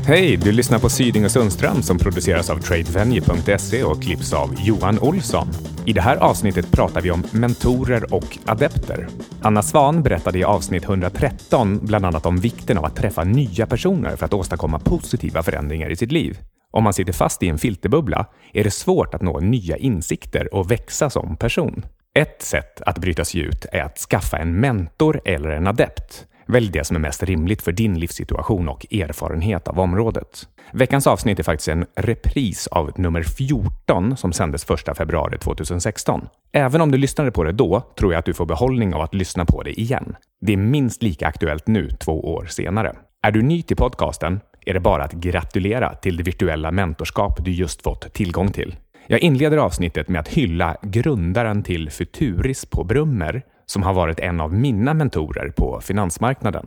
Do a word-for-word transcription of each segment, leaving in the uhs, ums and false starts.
Hej, du lyssnar på Syding och Sundström som produceras av Tradevenue punkt se och klipps av Johan Olsson. I det här avsnittet pratar vi om mentorer och adepter. Anna Svan berättade i avsnitt hundratretton bland annat om vikten av att träffa nya personer för att åstadkomma positiva förändringar i sitt liv. Om man sitter fast i en filterbubbla är det svårt att nå nya insikter och växa som person. Ett sätt att bryta sig ut är att skaffa en mentor eller en adept. Välj det som är mest rimligt för din livssituation och erfarenhet av området. Veckans avsnitt är faktiskt en repris av nummer fjorton som sändes första februari tjugohundrasexton. Även om du lyssnade på det då tror jag att du får behållning av att lyssna på det igen. Det är minst lika aktuellt nu två år senare. Är du ny till podcasten är det bara att gratulera till det virtuella mentorskap du just fått tillgång till. Jag inleder avsnittet med att hylla grundaren till Futuris på Brummer som har varit en av mina mentorer på finansmarknaden.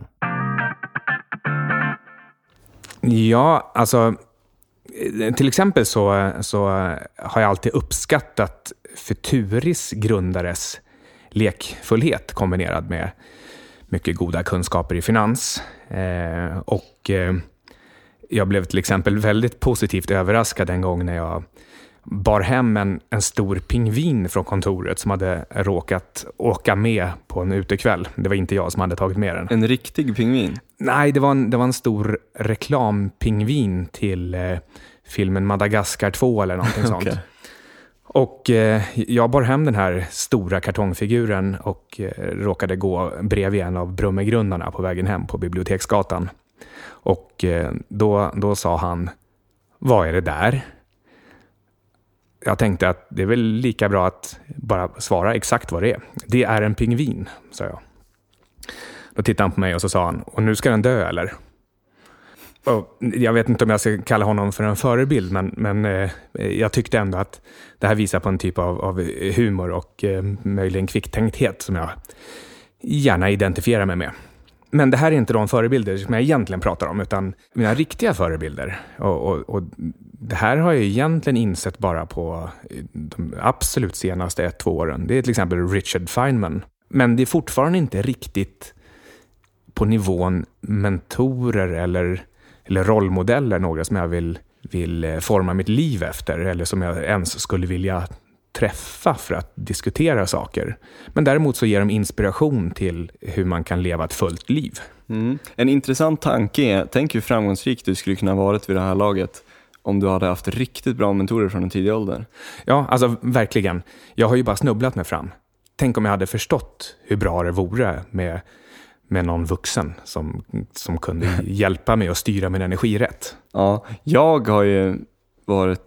Ja, alltså till exempel så, så har jag alltid uppskattat Futuris grundares lekfullhet kombinerad med mycket goda kunskaper i finans. Eh, och eh, jag blev till exempel väldigt positivt överraskad en gång när jag bar hem en, en stor pingvin från kontoret som hade råkat åka med på en utekväll. Det var inte jag som hade tagit med den. En riktig pingvin? Nej, det var en, det var en stor reklampingvin till eh, filmen Madagaskar två eller någonting sånt. Okay. Och eh, jag bar hem den här stora kartongfiguren och eh, råkade gå bredvid en av Brummergrundarna på vägen hem på Biblioteksgatan. Och eh, då, då sa han, vad är det där? Jag tänkte att det är väl lika bra att bara svara exakt vad det är. Det är en pingvin, sa jag. Då tittade han på mig och så sa han, och nu ska den dö eller? Och jag vet inte om jag ska kalla honom för en förebild, men, men eh, jag tyckte ändå att det här visar på en typ av, av humor och eh, möjligen kvicktänkthet som jag gärna identifierar mig med. Men det här är inte de förebilder som jag egentligen pratar om, utan mina riktiga förebilder. Och, och, och det här har jag egentligen insett bara på de absolut senaste ett, två åren. Det är till exempel Richard Feynman. Men det är fortfarande inte riktigt på nivån mentorer eller, eller rollmodeller, några som jag vill, vill forma mitt liv efter eller som jag ens skulle vilja träffa för att diskutera saker. Men däremot så ger de inspiration till hur man kan leva ett fullt liv. Mm. En intressant tanke är, tänk hur framgångsrik du skulle kunna ha varit vid det här laget om du hade haft riktigt bra mentorer från en tidig ålder. Ja, alltså verkligen. Jag har ju bara snubblat mig fram. Tänk om jag hade förstått hur bra det vore med, med någon vuxen som, som kunde hjälpa mig att styra min energi rätt. Ja, jag har ju varit...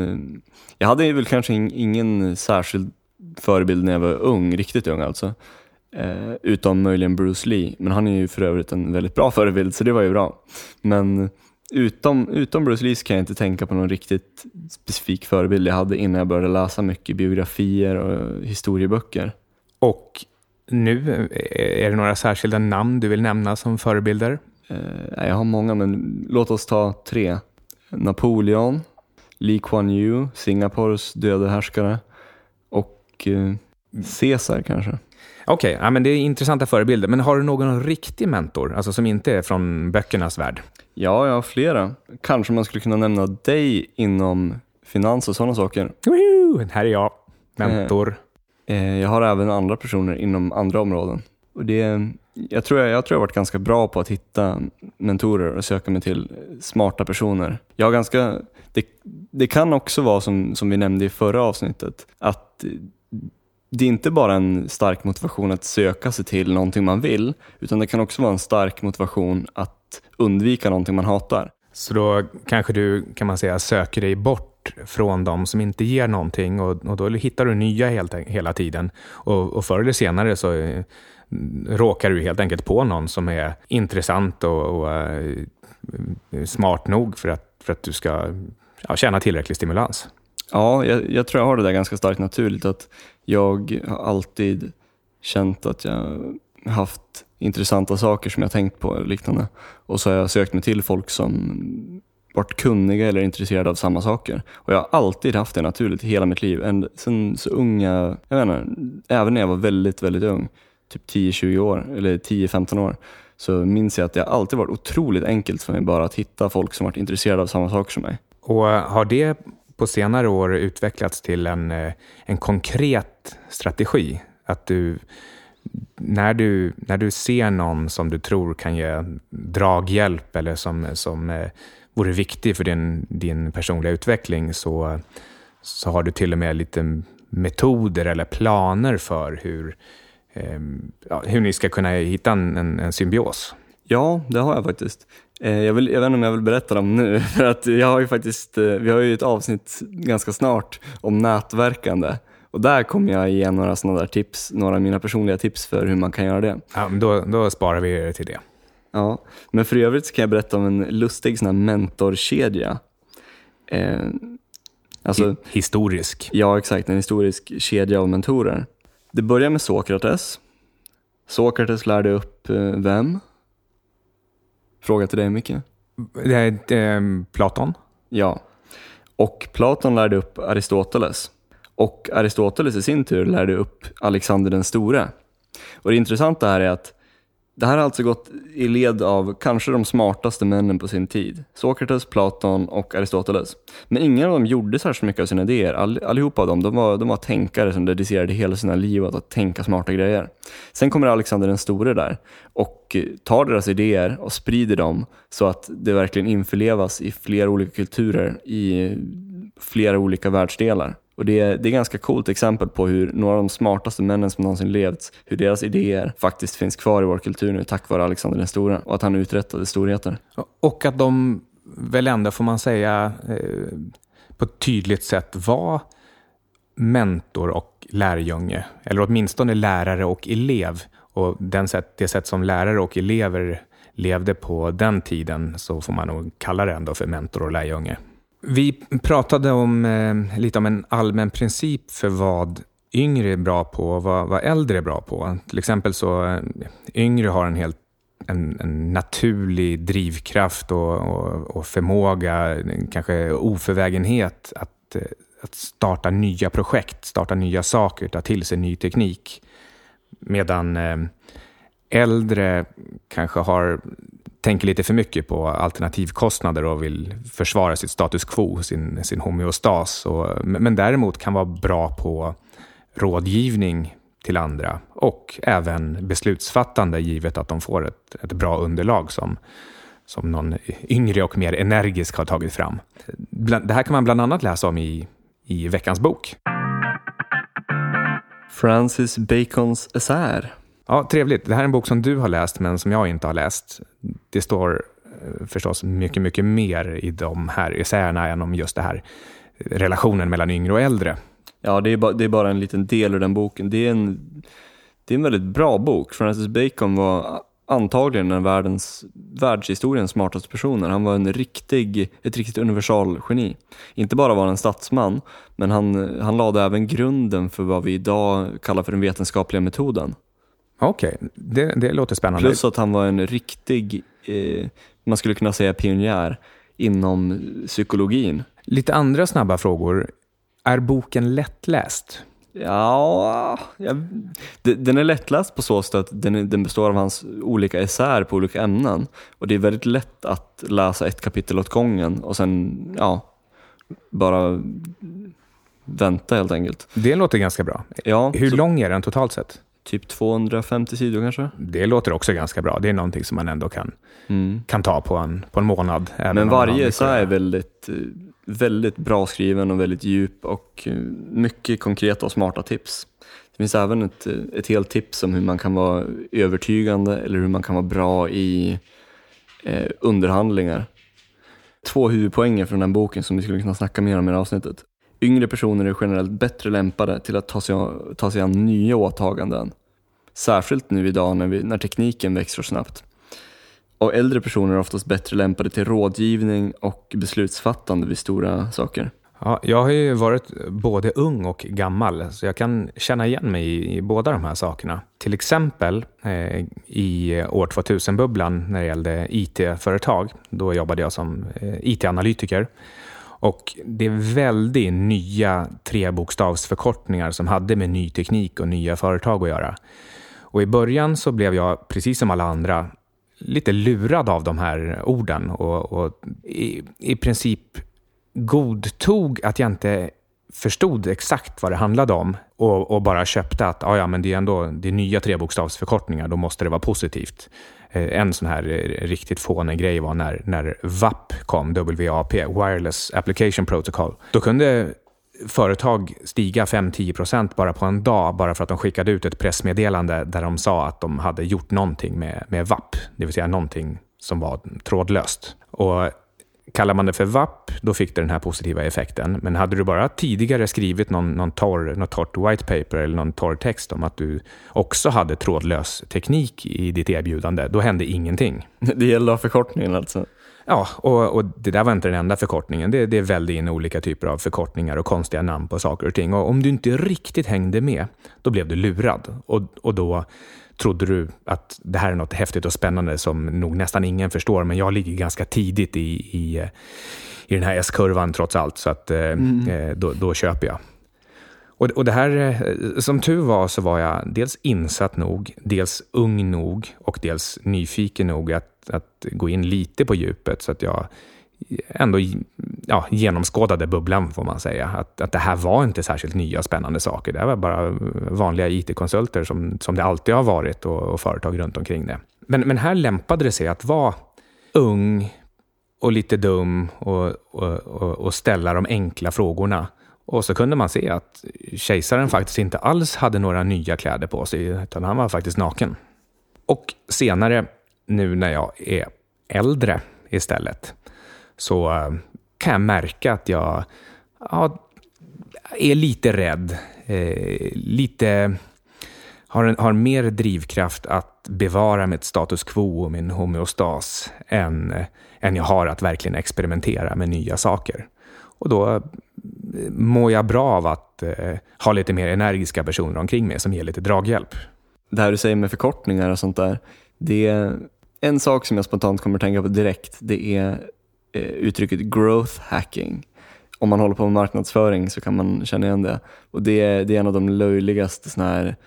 Jag hade väl kanske ingen särskild förebild när jag var ung, riktigt ung alltså. Eh, utom möjligen Bruce Lee. Men han är ju för övrigt en väldigt bra förebild, så det var ju bra. Men utom, utom Bruce Lee så kan jag inte tänka på någon riktigt specifik förebild jag hade innan jag började läsa mycket biografier och historieböcker. Och nu, är det några särskilda namn du vill nämna som förebilder? Eh, jag har många, men låt oss ta tre. Napoleon, Lee Kuan Yew, Singapores döde härskare, och eh, Caesar kanske. Okej, okay, ja, men det är intressanta förebilder. Men har du någon riktig mentor, alltså som inte är från böckernas värld? Ja, jag har flera. Kanske man skulle kunna nämna dig inom finans och sådana saker. Woho! Här är jag, mentor. Eh, eh, jag har även andra personer inom andra områden. Och det, jag, tror jag, jag tror jag har varit ganska bra på att hitta mentorer och söka mig till smarta personer. Jag har ganska... Det, det kan också vara som, som vi nämnde i förra avsnittet, att det är inte bara en stark motivation att söka sig till någonting man vill, utan det kan också vara en stark motivation att undvika någonting man hatar. Så då kanske du, kan man säga, söker dig bort från dem som inte ger någonting och, och då hittar du nya helt, hela tiden. Och, och förr eller senare så eh, råkar du helt enkelt på någon som är intressant och, och eh, smart nog för att, för att du ska ja, känna tillräcklig stimulans. Ja, jag, jag tror jag har det där ganska starkt naturligt, att jag har alltid känt att jag haft intressanta saker som jag tänkt på eller liknande. Och så har jag sökt mig till folk som varit kunniga eller intresserade av samma saker. Och jag har alltid haft det naturligt i hela mitt liv. En, sen så unga, jag vet inte, även när jag var väldigt, väldigt ung, typ tio tjugo år eller tio femton år, så minns jag att det alltid varit otroligt enkelt för mig bara att hitta folk som varit intresserade av samma saker som mig. Och har det på senare år utvecklats till en, en konkret strategi? Att du när, du, när du ser någon som du tror kan ge draghjälp eller som, som eh, vore viktig för din, din personliga utveckling, så, så har du till och med lite metoder eller planer för hur, eh, ja, hur ni ska kunna hitta en, en, en symbios. Ja, det har jag faktiskt. Jag, vill, jag vet inte om jag vill berätta dem nu, för att jag har ju faktiskt, vi har ju ett avsnitt ganska snart om nätverkande. Och där kommer jag ge några sådana där tips, några av mina personliga tips för hur man kan göra det. Ja, men då, då sparar vi det till det. Ja, men för övrigt så kan jag berätta om en lustig sån här mentorkedja. Eh, alltså, historisk. Ja, exakt. En historisk kedja av mentorer. Det börjar med Sokrates. Sokrates lärde upp eh, vem? Fråga till dig, Micke. Det är eh, Platon. Ja, och Platon lärde upp Aristoteles. Och Aristoteles i sin tur lärde upp Alexander den store. Och det intressanta här är att det här har alltså gått i led av kanske de smartaste männen på sin tid. Sokrates, Platon och Aristoteles. Men ingen av dem gjorde så här så mycket av sina idéer. All, allihopa av dem, de var, de var tänkare som dedikerade hela sina liv åt att tänka smarta grejer. Sen kommer Alexander den store där och tar deras idéer och sprider dem så att det verkligen införlevas i flera olika kulturer, i flera olika världsdelar. Och det är, det är ganska coolt exempel på hur några av de smartaste männen som någonsin levt, hur deras idéer faktiskt finns kvar i vår kultur nu tack vare Alexander den store och att han uträttade storheter. Och att de väl ändå, får man säga, eh, på ett tydligt sätt var mentor och lärjunge, eller åtminstone lärare och elev. Och den sätt, det sätt som lärare och elever levde på den tiden, så får man nog kalla det ändå för mentor och lärjunge. Vi pratade om eh, lite om en allmän princip för vad yngre är bra på och vad, vad äldre är bra på. Till exempel så eh, yngre har en helt en, en naturlig drivkraft och, och, och förmåga, kanske oförvägenhet att, att starta nya projekt, starta nya saker, ta till sig ny teknik. Medan eh, äldre kanske har tänker lite för mycket på alternativkostnader och vill försvara sitt status quo, sin, sin homeostas. Och, men däremot kan vara bra på rådgivning till andra och även beslutsfattande, givet att de får ett, ett bra underlag som, som någon yngre och mer energisk har tagit fram. Det här kan man bland annat läsa om i, i veckans bok. Francis Bacons essäer. Ja, trevligt. Det här är en bok som du har läst men som jag inte har läst. Det står förstås mycket, mycket mer i de här essäerna än om just det här relationen mellan yngre och äldre. Ja, det är, ba- det är bara en liten del ur den boken. Det är en, det är en väldigt bra bok. Francis Bacon var antagligen en världens, världshistoriens smartaste personer. Han var en riktig, ett riktigt universalgeni. Inte bara var han en statsman, men han, han lade även grunden för vad vi idag kallar för den vetenskapliga metoden. Okej, okay. det, det låter spännande. Plus att han var en riktig, eh, man skulle kunna säga pionjär inom psykologin. Lite andra snabba frågor. Är boken lättläst? Ja, ja den är lättläst på så sätt att den, den består av hans olika essäer på olika ämnen. Och det är väldigt lätt att läsa ett kapitel åt gången och sen, ja, bara vänta helt enkelt. Det låter ganska bra. Ja, Hur så... lång är den totalt sett? Typ tvåhundrafemtio sidor kanske. Det låter också ganska bra. Det är någonting som man ändå kan, mm. kan ta på en, på en månad. Men varje så är väldigt, väldigt bra skriven och väldigt djup och mycket konkreta och smarta tips. Det finns även ett, ett helt tips om hur man kan vara övertygande eller hur man kan vara bra i eh, underhandlingar. Två huvudpoänger från den boken som vi skulle kunna snacka mer om i det här avsnittet. Yngre personer är generellt bättre lämpade till att ta sig, ta sig an nya åtaganden. Särskilt nu idag när, vi, när tekniken växer snabbt. Och äldre personer är oftast bättre lämpade till rådgivning och beslutsfattande vid stora saker. Ja, jag har ju varit både ung och gammal, så jag kan känna igen mig i, i båda de här sakerna. Till exempel eh, i år tvåtusen-bubblan när det gällde I T-företag. Då jobbade jag som eh, I T-analytiker. Och det är väldigt nya trebokstavsförkortningar som hade med ny teknik och nya företag att göra. Och i början så blev jag, precis som alla andra, lite lurad av de här orden och, och i, i princip godtog att jag inte förstod exakt vad det handlade om och, och bara köpte att ah, ja, men det är ändå det är nya trebokstavsförkortningar, då måste det vara positivt. Eh, en sån här eh, riktigt fånig grej var när, när W A P kom, W A P, Wireless Application Protocol. Då kunde företag stiga fem till tio procent bara på en dag bara för att de skickade ut ett pressmeddelande där de sa att de hade gjort någonting med, med W A P, det vill säga någonting som var trådlöst. Och kallar man det för W A P, då fick det den här positiva effekten. Men hade du bara tidigare skrivit någon, någon torr, någon torrt white paper eller någon torr text om att du också hade trådlös teknik i ditt erbjudande, då hände ingenting. Det gäller förkortningen alltså? Ja, och, och det där var inte den enda förkortningen. Det, det välde in olika typer av förkortningar och konstiga namn på saker och ting. Och om du inte riktigt hängde med, då blev du lurad. Och, och då trodde du att det här är något häftigt och spännande som nog nästan ingen förstår, men jag ligger ganska tidigt i, i, i den här S-kurvan trots allt, så att mm. eh, då, då köper jag. Och, och det här, som tur var, så var jag dels insatt nog, dels ung nog och dels nyfiken nog att, att gå in lite på djupet, så att jag ändå ja, genomskådade bubblan, får man säga. Att, att det här var inte särskilt nya spännande saker. Det var bara vanliga I T-konsulter som, som det alltid har varit och, och företag runt omkring det. Men, men här lämpade det sig att vara ung och lite dum och, och, och, och ställa de enkla frågorna. Och så kunde man se att kejsaren faktiskt inte alls hade några nya kläder på sig, utan han var faktiskt naken. Och senare, nu när jag är äldre istället, så kan jag märka att jag ja, är lite rädd, eh, lite har, en, har mer drivkraft att bevara mitt status quo och min homeostas än, än jag har att verkligen experimentera med nya saker. Och då mår jag bra av att eh, ha lite mer energiska personer omkring mig som ger lite draghjälp. Det här du säger med förkortningar och sånt där, det är en sak som jag spontant kommer att tänka på direkt. Det är eh, uttrycket growth hacking. Om man håller på med marknadsföring så kan man känna igen det. Och det är, det är en av de löjligaste såna här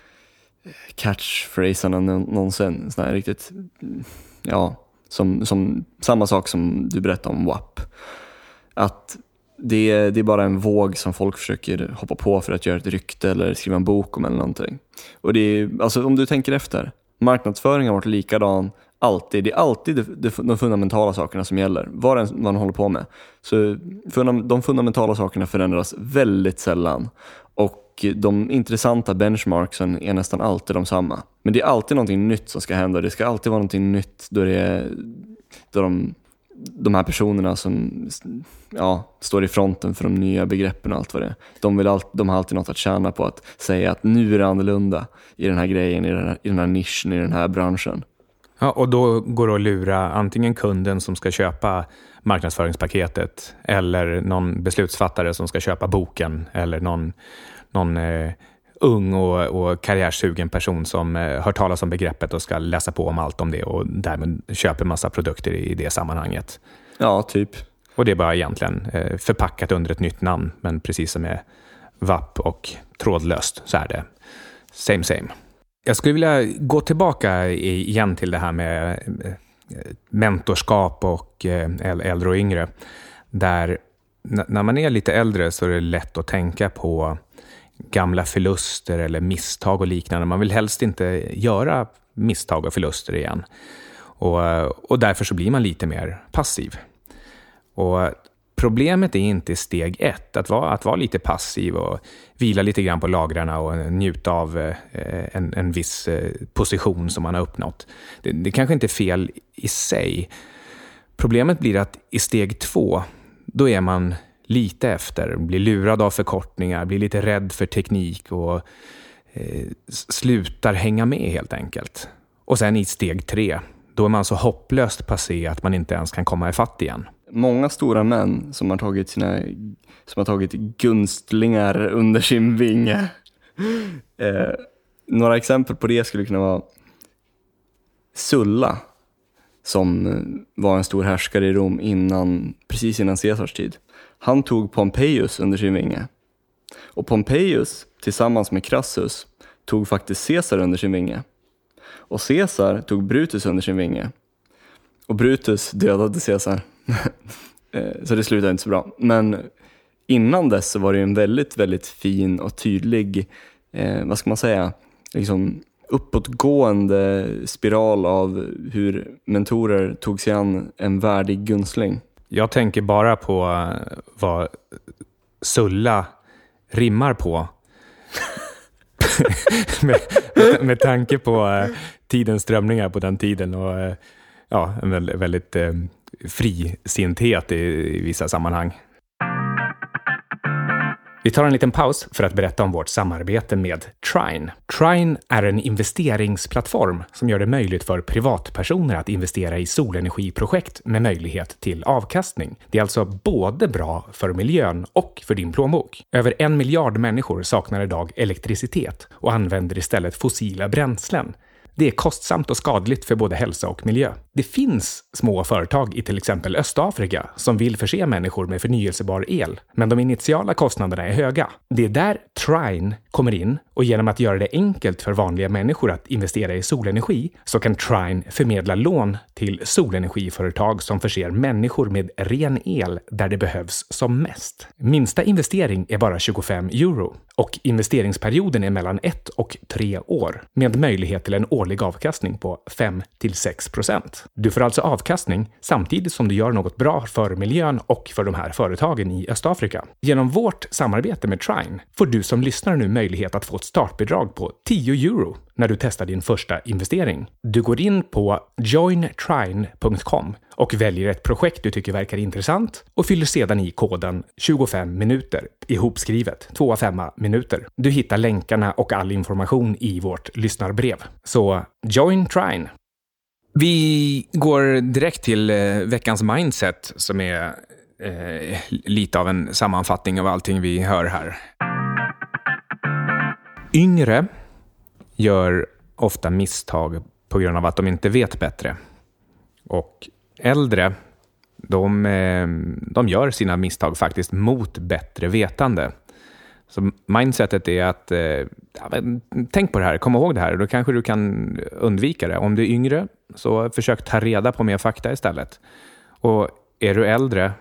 catchphraserna någonsin. Såna här riktigt, ja, som, som samma sak som du berättade om W A P. Att Det är, det är bara en våg som folk försöker hoppa på för att göra ett rykte eller skriva en bok om eller någonting. Och det är, alltså om du tänker efter, marknadsföring har varit likadan alltid. Det är alltid de, de fundamentala sakerna som gäller, vad än man håller på med. Så de fundamentala sakerna förändras väldigt sällan. Och de intressanta benchmarksen är nästan alltid de samma. Men det är alltid någonting nytt som ska hända. Det ska alltid vara någonting nytt då det är, då de... de här personerna som ja, står i fronten för de nya begreppen och allt vad det är. De, vill all, de har alltid något att tjäna på att säga att nu är det annorlunda i den här grejen, i den här, i den här nischen, i den här branschen. Ja, och då går det att lura antingen kunden som ska köpa marknadsföringspaketet eller någon beslutsfattare som ska köpa boken eller någon, någon eh, ung och, och karriärsugen person som eh, hör talas om begreppet och ska läsa på om allt om det och därmed köper massa produkter i det sammanhanget. Ja, typ. Och det är bara egentligen eh, förpackat under ett nytt namn, men precis som med W A P och trådlöst så är det same same. Jag skulle vilja gå tillbaka igen till det här med mentorskap och eh, äldre och yngre. Där n- när man är lite äldre så är det lätt att tänka på gamla förluster eller misstag och liknande. Man vill helst inte göra misstag och förluster igen. Och, och därför så blir man lite mer passiv. Och problemet är inte steg ett, att vara, att vara lite passiv och vila lite grann på lagrarna och njuta av eh, en, en viss eh, position som man har uppnått. Det, det kanske inte är fel i sig. Problemet blir att i steg två, då är man lite efter, blir lurad av förkortningar, blir lite rädd för teknik och eh, slutar hänga med helt enkelt. Och sen i steg tre, då är man så hopplöst passé att man inte ens kan komma ifatt igen. Många stora män som har tagit sina som har tagit gunstlingar under sin vinge. Eh, några exempel på det skulle kunna vara Sulla, som var en stor härskare i Rom innan, precis innan Caesars tid. Han tog Pompeius under sin vinge. Och Pompeius tillsammans med Crassus tog faktiskt Caesar under sin vinge. Och Caesar tog Brutus under sin vinge. Och Brutus dödade Caesar. Så det slutade inte så bra. Men innan dess så var det en väldigt, väldigt fin och tydlig, eh, vad ska man säga, liksom uppåtgående spiral av hur mentorer tog sig an en värdig gunstling. Jag tänker bara på vad Sulla rimmar på. med, med tanke på tidens strömningar på den tiden och ja, en väldigt, väldigt eh, frisinthet i, i vissa sammanhang. Vi tar en liten paus för att berätta om vårt samarbete med Trine. Trine är en investeringsplattform som gör det möjligt för privatpersoner att investera i solenergiprojekt med möjlighet till avkastning. Det är alltså både bra för miljön och för din plånbok. Över en miljard människor saknar idag elektricitet och använder istället fossila bränslen. Det är kostsamt och skadligt för både hälsa och miljö. Det finns små företag i till exempel Östafrika som vill förse människor med förnyelsebar el, men de initiala kostnaderna är höga. Det är där Trine kommer in, och genom att göra det enkelt för vanliga människor att investera i solenergi så kan Trine förmedla lån till solenergiföretag som förser människor med ren el där det behövs som mest. Minsta investering är bara tjugofem euro och investeringsperioden är mellan ett och tre år med möjlighet till en årlig avkastning på fem till sex procent. Du får alltså avkastning samtidigt som du gör något bra för miljön och för de här företagen i Östafrika. Genom vårt samarbete med Trine får du som lyssnar nu möjlighet att få ett startbidrag på tio euro när du testar din första investering. Du går in på join trine punkt com och väljer ett projekt du tycker verkar intressant och fyller sedan i koden tjugofem minuter, ihopskrivet, två fem minuter. Du hittar länkarna och all information i vårt lyssnarbrev. Så join Trine. Vi går direkt till eh, veckans mindset som är eh, lite av en sammanfattning av allting vi hör här. Yngre gör ofta misstag på grund av att de inte vet bättre. Och äldre, de, eh, de gör sina misstag faktiskt mot bättre vetande. Så mindsetet är att eh, ja, tänk på det här, kom ihåg det här, då kanske du kan undvika det. Om du är yngre så försök ta reda på mer fakta istället. Och är du äldre,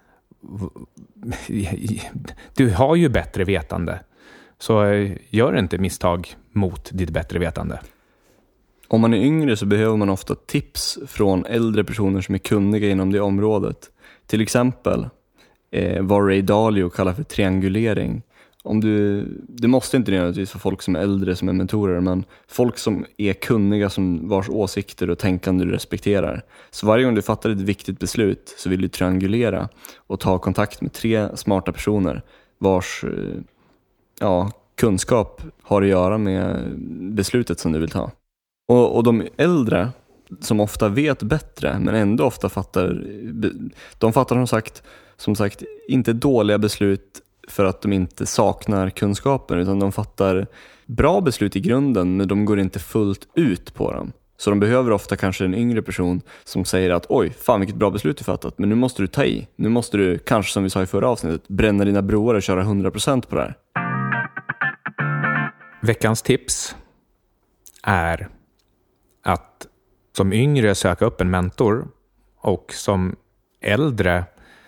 du har ju bättre vetande. Så gör inte misstag mot ditt bättre vetande. Om man är yngre så behöver man ofta tips från äldre personer som är kunniga inom det området. Till exempel eh, vad Ray Dalio kallar för triangulering. Om du, det måste inte nödvändigtvis vara folk som är äldre som är mentorer, men folk som är kunniga, som vars åsikter och tänkande du respekterar. Så varje gång du fattar ett viktigt beslut så vill du triangulera och ta kontakt med tre smarta personer vars ja, kunskap har att göra med beslutet som du vill ta. Och, och de äldre som ofta vet bättre men ändå ofta fattar, de fattar som sagt, som sagt inte dåliga beslut för att de inte saknar kunskapen, utan de fattar bra beslut i grunden men de går inte fullt ut på dem. Så de behöver ofta kanske en yngre person som säger att oj, fan vilket bra beslut du fattat, men nu måste du ta i. Nu måste du, kanske som vi sa i förra avsnittet, bränna dina broar och köra hundra procent på det här. Veckans tips är att som yngre söka upp en mentor och som äldre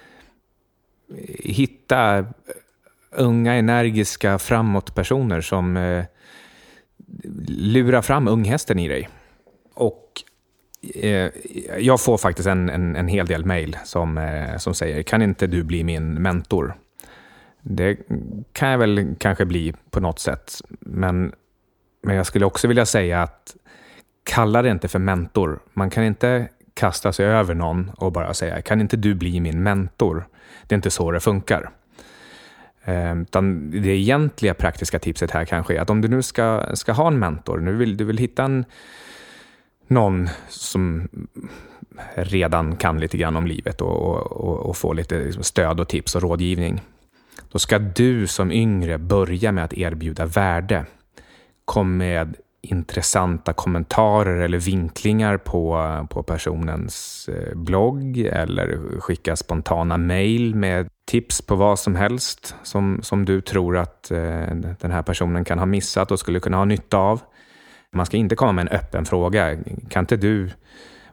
hitta unga, energiska framåtpersoner som eh, lurar fram unghästen i dig. Och eh, jag får faktiskt en, en, en hel del mejl som, eh, som säger, kan inte du bli min mentor? Det kan jag väl kanske bli på något sätt. Men, men jag skulle också vilja säga att kalla det inte för mentor. Man kan inte kasta sig över någon och bara säga, kan inte du bli min mentor? Det är inte så det funkar. Eh, utan det egentliga praktiska tipset här kanske är att om du nu ska, ska ha en mentor, nu vill du vill hitta en, någon som redan kan lite grann om livet och, och, och få lite stöd och tips och rådgivning. Då ska du som yngre börja med att erbjuda värde. Kom med intressanta kommentarer eller vinklingar på, på personens blogg eller skicka spontana mejl med tips på vad som helst som, som du tror att eh, den här personen kan ha missat och skulle kunna ha nytta av. Man ska inte komma med en öppen fråga. Kan inte du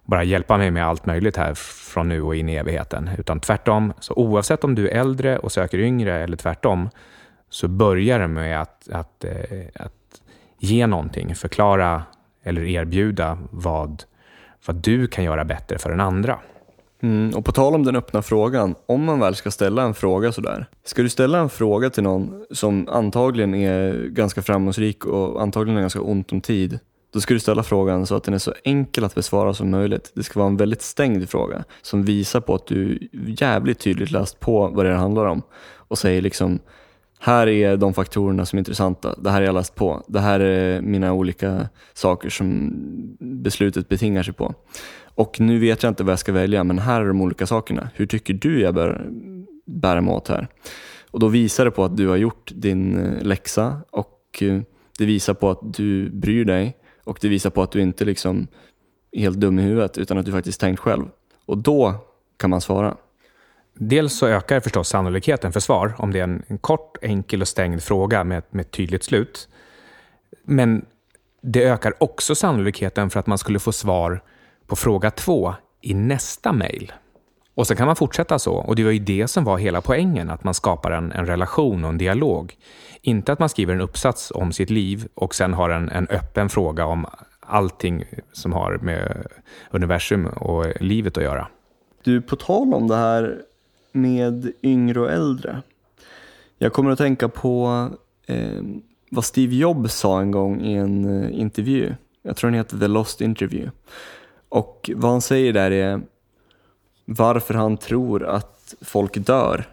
bara hjälpa mig med allt möjligt här från nu och in i evigheten. Utan tvärtom, så oavsett om du är äldre och söker yngre eller tvärtom, så börjar det med att, att, att ge någonting, förklara eller erbjuda vad, vad du kan göra bättre för den andra. Mm, och på tal om den öppna frågan, om man väl ska ställa en fråga sådär. Ska du ställa en fråga till någon som antagligen är ganska framgångsrik och antagligen är ganska ont om tid, då ska du ställa frågan så att den är så enkel att besvara som möjligt. Det ska vara en väldigt stängd fråga som visar på att du jävligt tydligt läst på vad det handlar om. Och säger liksom, här är de faktorerna som är intressanta. Det här är jag läst på. Det här är mina olika saker som beslutet betingar sig på. Och nu vet jag inte vad jag ska välja, men här är de olika sakerna. Hur tycker du jag bör bära mig åt här? Och då visar det på att du har gjort din läxa, och det visar på att du bryr dig, och det visar på att du inte liksom är helt dum i huvudet, utan att du faktiskt tänkt själv. Och då kan man svara. Dels så ökar förstås sannolikheten för svar om det är en, en kort, enkel och stängd fråga med, med ett tydligt slut. Men det ökar också sannolikheten för att man skulle få svar på fråga två i nästa mejl. Och så kan man fortsätta så. Och det var ju det som var hela poängen, att man skapar en, en relation och en dialog. Inte att man skriver en uppsats om sitt liv och sen har en, en öppen fråga om allting som har med universum och livet att göra. Du, på tal om det här med yngre och äldre. Jag kommer att tänka på eh, vad Steve Jobs sa en gång i en eh, intervju. Jag tror den heter The Lost Interview. Och vad han säger där är varför han tror att folk dör.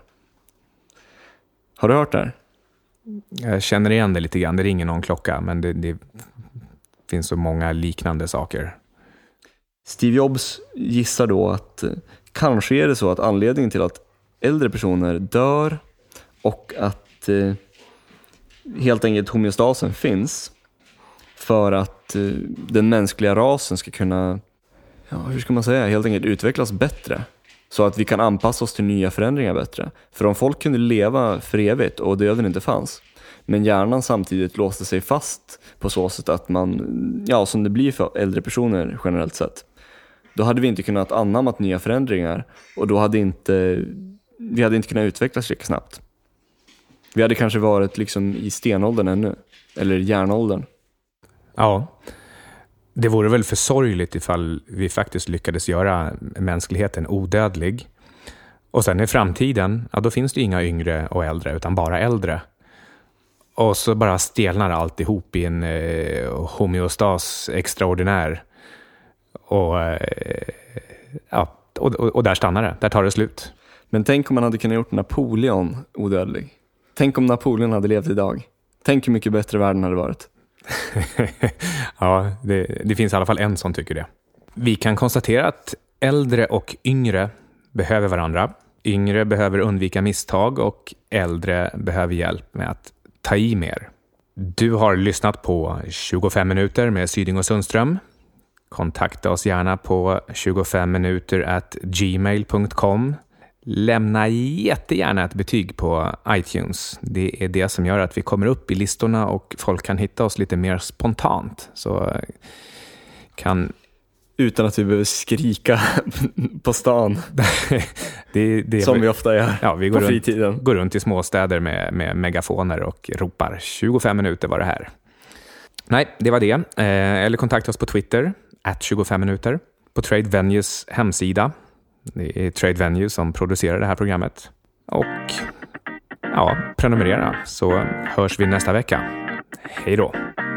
Har du hört det här? Jag känner igen det lite grann. Det ringer någon klocka, men det, det finns så många liknande saker. Steve Jobs gissar då att eh, kanske är det så att anledningen till att äldre personer dör och att eh, helt enkelt homeostasen finns för att eh, den mänskliga rasen ska kunna, ja, hur ska man säga, helt enkelt utvecklas bättre. Så att vi kan anpassa oss till nya förändringar bättre. För om folk kunde leva för evigt och döden inte fanns, men hjärnan samtidigt låste sig fast på så sätt att man, ja, som det blir för äldre personer generellt sett, då hade vi inte kunnat anamma nya förändringar, och då hade inte vi hade inte kunnat utvecklas lika snabbt. Vi hade kanske varit liksom i stenåldern ännu, eller järnåldern. Ja, det vore väl för sorgligt ifall vi faktiskt lyckades göra mänskligheten odödlig. Och sen i framtiden, ja, då finns det inga yngre och äldre utan bara äldre. Och så bara stelnar allt ihop i en eh, homeostas extraordinär. Och, eh, ja, och, och, och där stannar det, där tar det slut. Men tänk om man hade kunnat gjort Napoleon odödlig. Tänk om Napoleon hade levt idag. Tänk hur mycket bättre världen hade varit. Ja, det, det finns i alla fall en som tycker det. Vi kan konstatera att äldre och yngre behöver varandra. Yngre behöver undvika misstag och äldre behöver hjälp med att ta i mer. Du har lyssnat på tjugofem minuter med Syding och Sundström. Kontakta oss gärna på tjugofem minuter at gmail punkt com. Lämna jättegärna ett betyg på iTunes. Det är det som gör att vi kommer upp i listorna och folk kan hitta oss lite mer spontant. Så kan... Utan att vi behöver skrika på stan. det, det, som vi ofta gör, ja, vi på går fritiden. Runt, går runt i småstäder med, med megafoner och ropar tjugofem minuter var det här. Nej, det var det. Eh, eller kontakta oss på Twitter, at tjugofem minuter. På Trade Venues hemsida. Det är Trade Venue som producerar det här programmet. Och ja, prenumerera så hörs vi nästa vecka. Hej då!